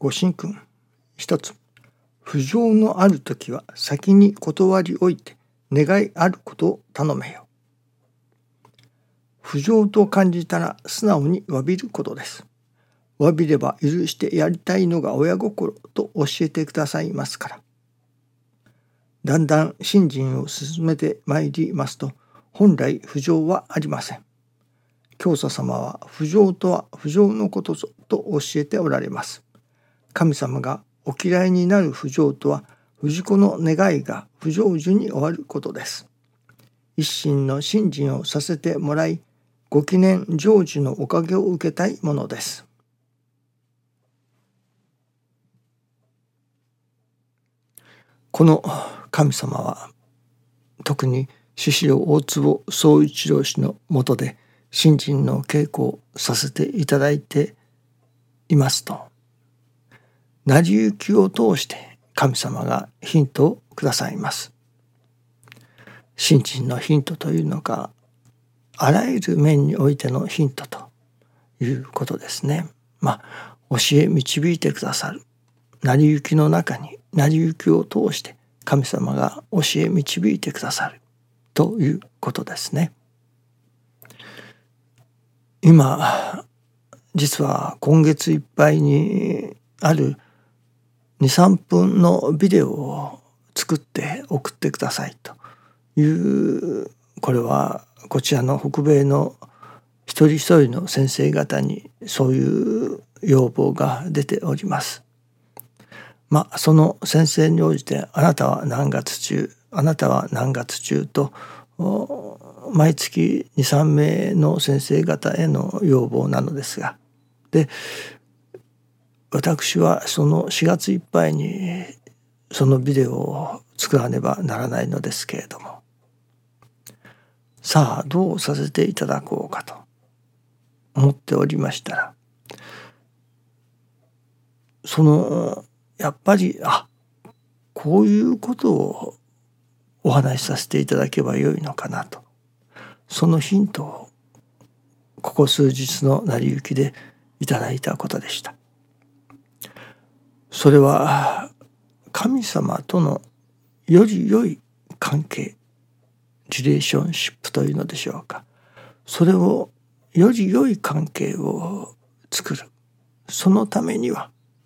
ご神君。一つ、不浄のあるときは先に断りおいて願いあることを頼めよ。不浄と感じたら素直に詫びることです。詫びれば許してやりたいのが親心と教えてくださいますから。だんだん信心を進めてまいりますと、本来不浄はありません。教祖様は不浄とは不浄のことぞと教えておられます。神様がお嫌いになる不浄とは、氏子の願いが不成就に終わることです。一心の信心をさせてもらい、ご記念成就のおかげを受けたいものです。この神様は、特に師匠大坪宗一郎氏の下で信心の稽古をさせていただいていますと、成り行きを通して神様がヒントをくださいます。信心のヒントというのが、あらゆる面においてのヒントということですね。教え導いてくださる。成り行きの中に成り行きを通して神様が教え導いてくださるということですね。今、実は今月いっぱいにある2、3分のビデオを作って送ってくださいという、これはこちらの北米の一人一人の先生方にそういう要望が出ております。その先生に応じて、あなたは何月中、あなたは何月中と、毎月2、3名の先生方への要望なのですが、で、私はその4月いっぱいにそのビデオを作らねばならないのですけれども、さあどうさせていただこうかと思っておりましたら、やっぱりこういうことをお話しさせていただけばよいのかなと、そのヒントをここ数日の成り行きでいただいたことでした。それは神様とのより良い関係、リレーションシップというのでしょうか。それをより良い関係を作る。そのためには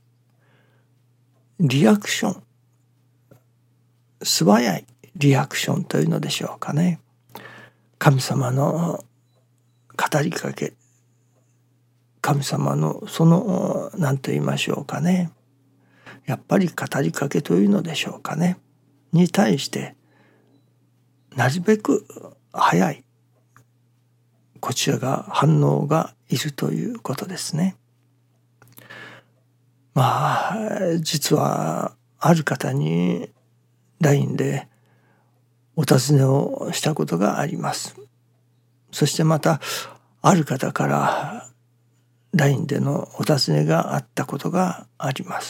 リアクション、素早いリアクションというのでしょうかね。神様の語りかけ、神様の何と言いましょうかね。やっぱり語りかけというのでしょうかね。に対してなるべく早いこちらが反応がいるということですね。実はある方に LINE でお尋ねをしたことがあります。そしてまたある方から LINE でのお尋ねがあったことがあります。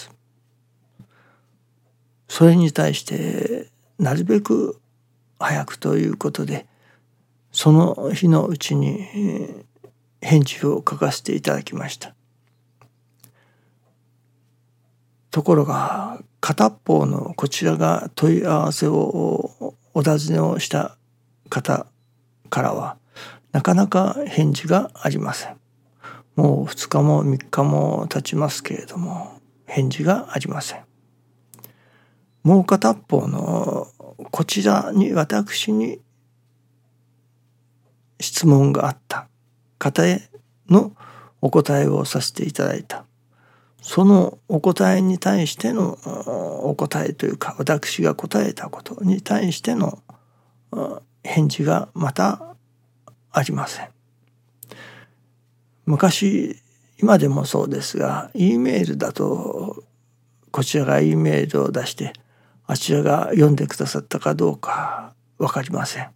それに対してなるべく早くということで、その日のうちに返事を書かせていただきました。ところが片方のこちらが問い合わせをお尋ねをした方からはなかなか返事がありません。もう2日も3日も経ちますけれども返事がありません。もう片方のこちらに私に質問があった方へのお答えをさせていただいた。そのお答えに対してのお答えというか、私が答えたことに対しての返事がまたありません。昔、今でもそうですが、Eメールだとこちらが Eメールを出してあちらが読んでくださったかどうか分かりません。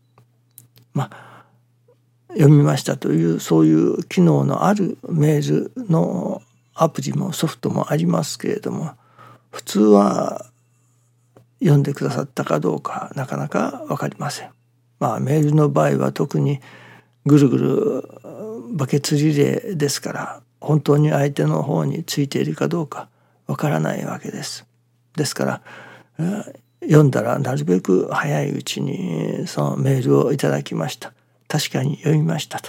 読みましたというそういう機能のあるメールのアプリもソフトもありますけれども、普通は読んでくださったかどうかなかなか分かりません。メールの場合は特にぐるぐるバケツリレーですから、本当に相手の方についているかどうかわからないわけです。ですから読んだらなるべく早いうちにそのメールをいただきました。確かに読みましたと。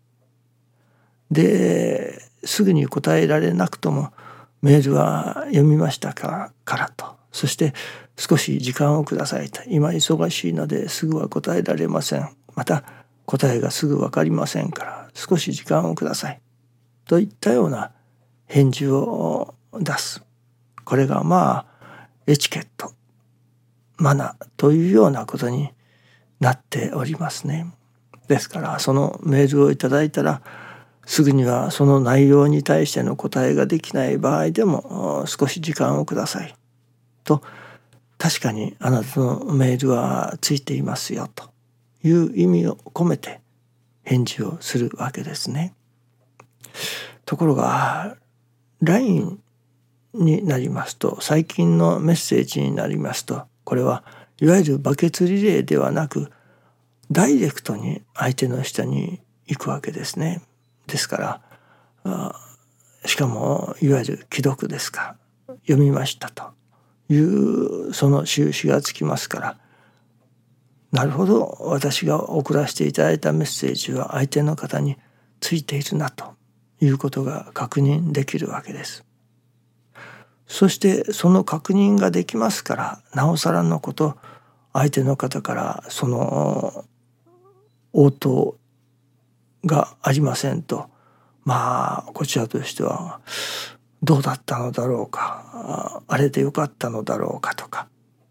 ですぐに答えられなくともメールは読みましたからと。そして少し時間をくださいと。今忙しいのですぐは答えられません。また答えがすぐ分かりませんから少し時間をください。といったような返事を出す。これがエチケット、マナーというようなことになっておりますね。ですからそのメールをいただいたらすぐにはその内容に対しての答えができない場合でも少し時間をくださいと、確かにあなたのメールはついていますよという意味を込めて返事をするわけですね。ところが LINE になりますと、最近のメッセージになりますと、これはいわゆるバケツリレーではなくダイレクトに相手の下に行くわけですね。ですからしかもいわゆる既読ですか、読みましたというその印がつきますから、なるほど、私が送らせていただいたメッセージは相手の方についているなということが確認できるわけです。そしてその確認ができますから、なおさらのこと相手の方からその応答がありませんと、こちらとしてはどうだったのだろうか、あれでよかったのだろうかとか、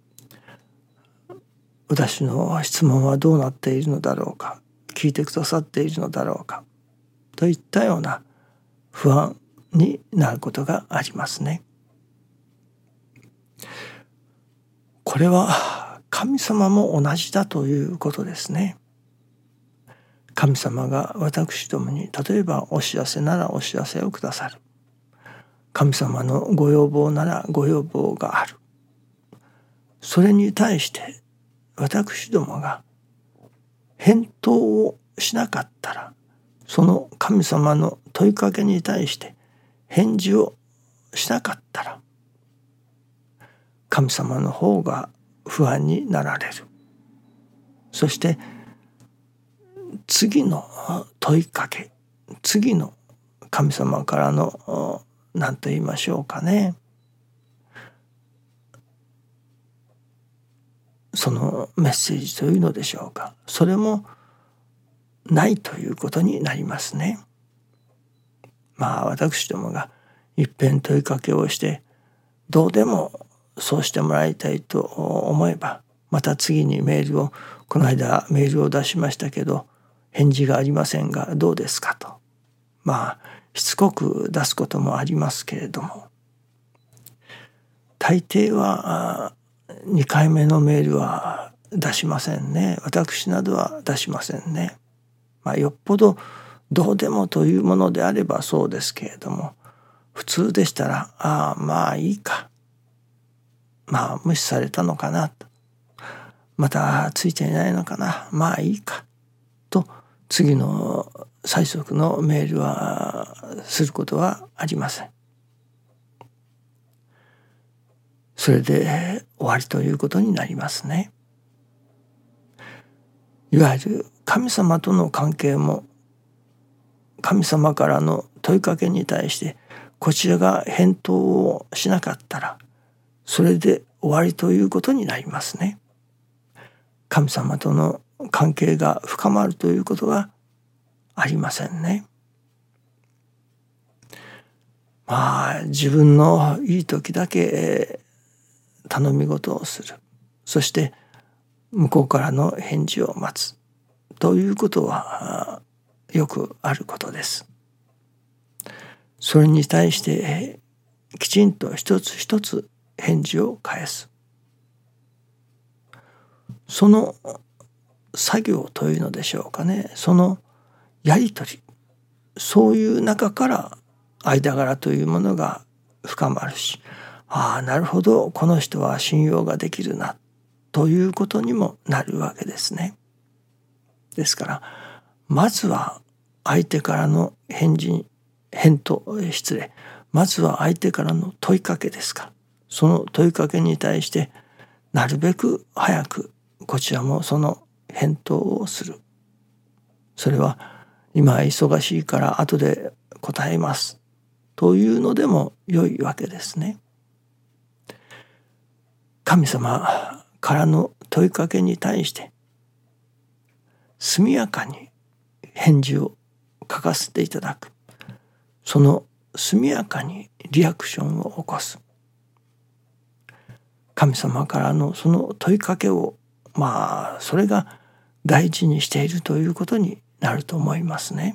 私の質問はどうなっているのだろうか、聞いてくださっているのだろうかといったような不安になることがありますね。これは神様も同じだということですね。神様が私どもに例えばお知らせならお知らせをくださる。神様のご要望ならご要望がある。それに対して私どもが返答をしなかったら、その神様の問いかけに対して返事をしなかったら、神様の方が不安になられる。そして次の問いかけ、次の神様からの何と言いましょうかね、そのメッセージというのでしょうか、それもないということになりますね。私どもが一遍問いかけをしてどうでもそうしてもらいたいと思えば、また次にメールを、この間メールを出しましたけど返事がありませんがどうですかと、しつこく出すこともありますけれども、大抵は2回目のメールは出しませんね。私などは出しませんね。よっぽどどうでもというものであればそうですけれども、普通でしたらいいか、無視されたのかなと、またついていないのかな、いいかと次の最速のメールはすることはありません。それで終わりということになりますね。いわゆる神様との関係も、神様からの問いかけに対してこちらが返答をしなかったら、それで終わりということになりますね。神様との関係が深まるということはありませんね。自分のいい時だけ頼み事をする。そして向こうからの返事を待つということはよくあることです。それに対してきちんと一つ一つ返事を返す。その作業というのでしょうかね。そのやり取り、そういう中から間柄というものが深まるし、なるほど、この人は信用ができるなということにもなるわけですね。ですからまずは相手からの返答、 まずは相手からの問いかけですから、その問いかけに対してなるべく早くこちらもその返答をする。それは今忙しいから後で答えますというのでも良いわけですね。神様からの問いかけに対して速やかに返事を書かせていただく。その速やかにリアクションを起こす。神様からのその問いかけをそれが大事にしているということになると思いますね。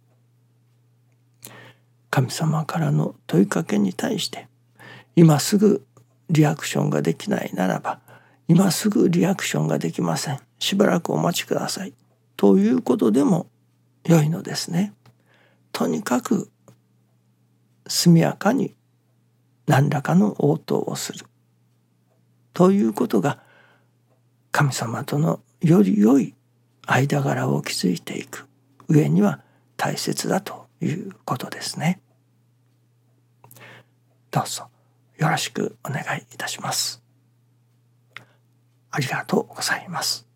神様からの問いかけに対して今すぐリアクションができないならば、今すぐリアクションができません、しばらくお待ちくださいということでも良いのですね。とにかく速やかに何らかの応答をするということが神様とのより良い間柄を築いていく上には大切だということですね。どうぞよろしくお願いいたします。ありがとうございます。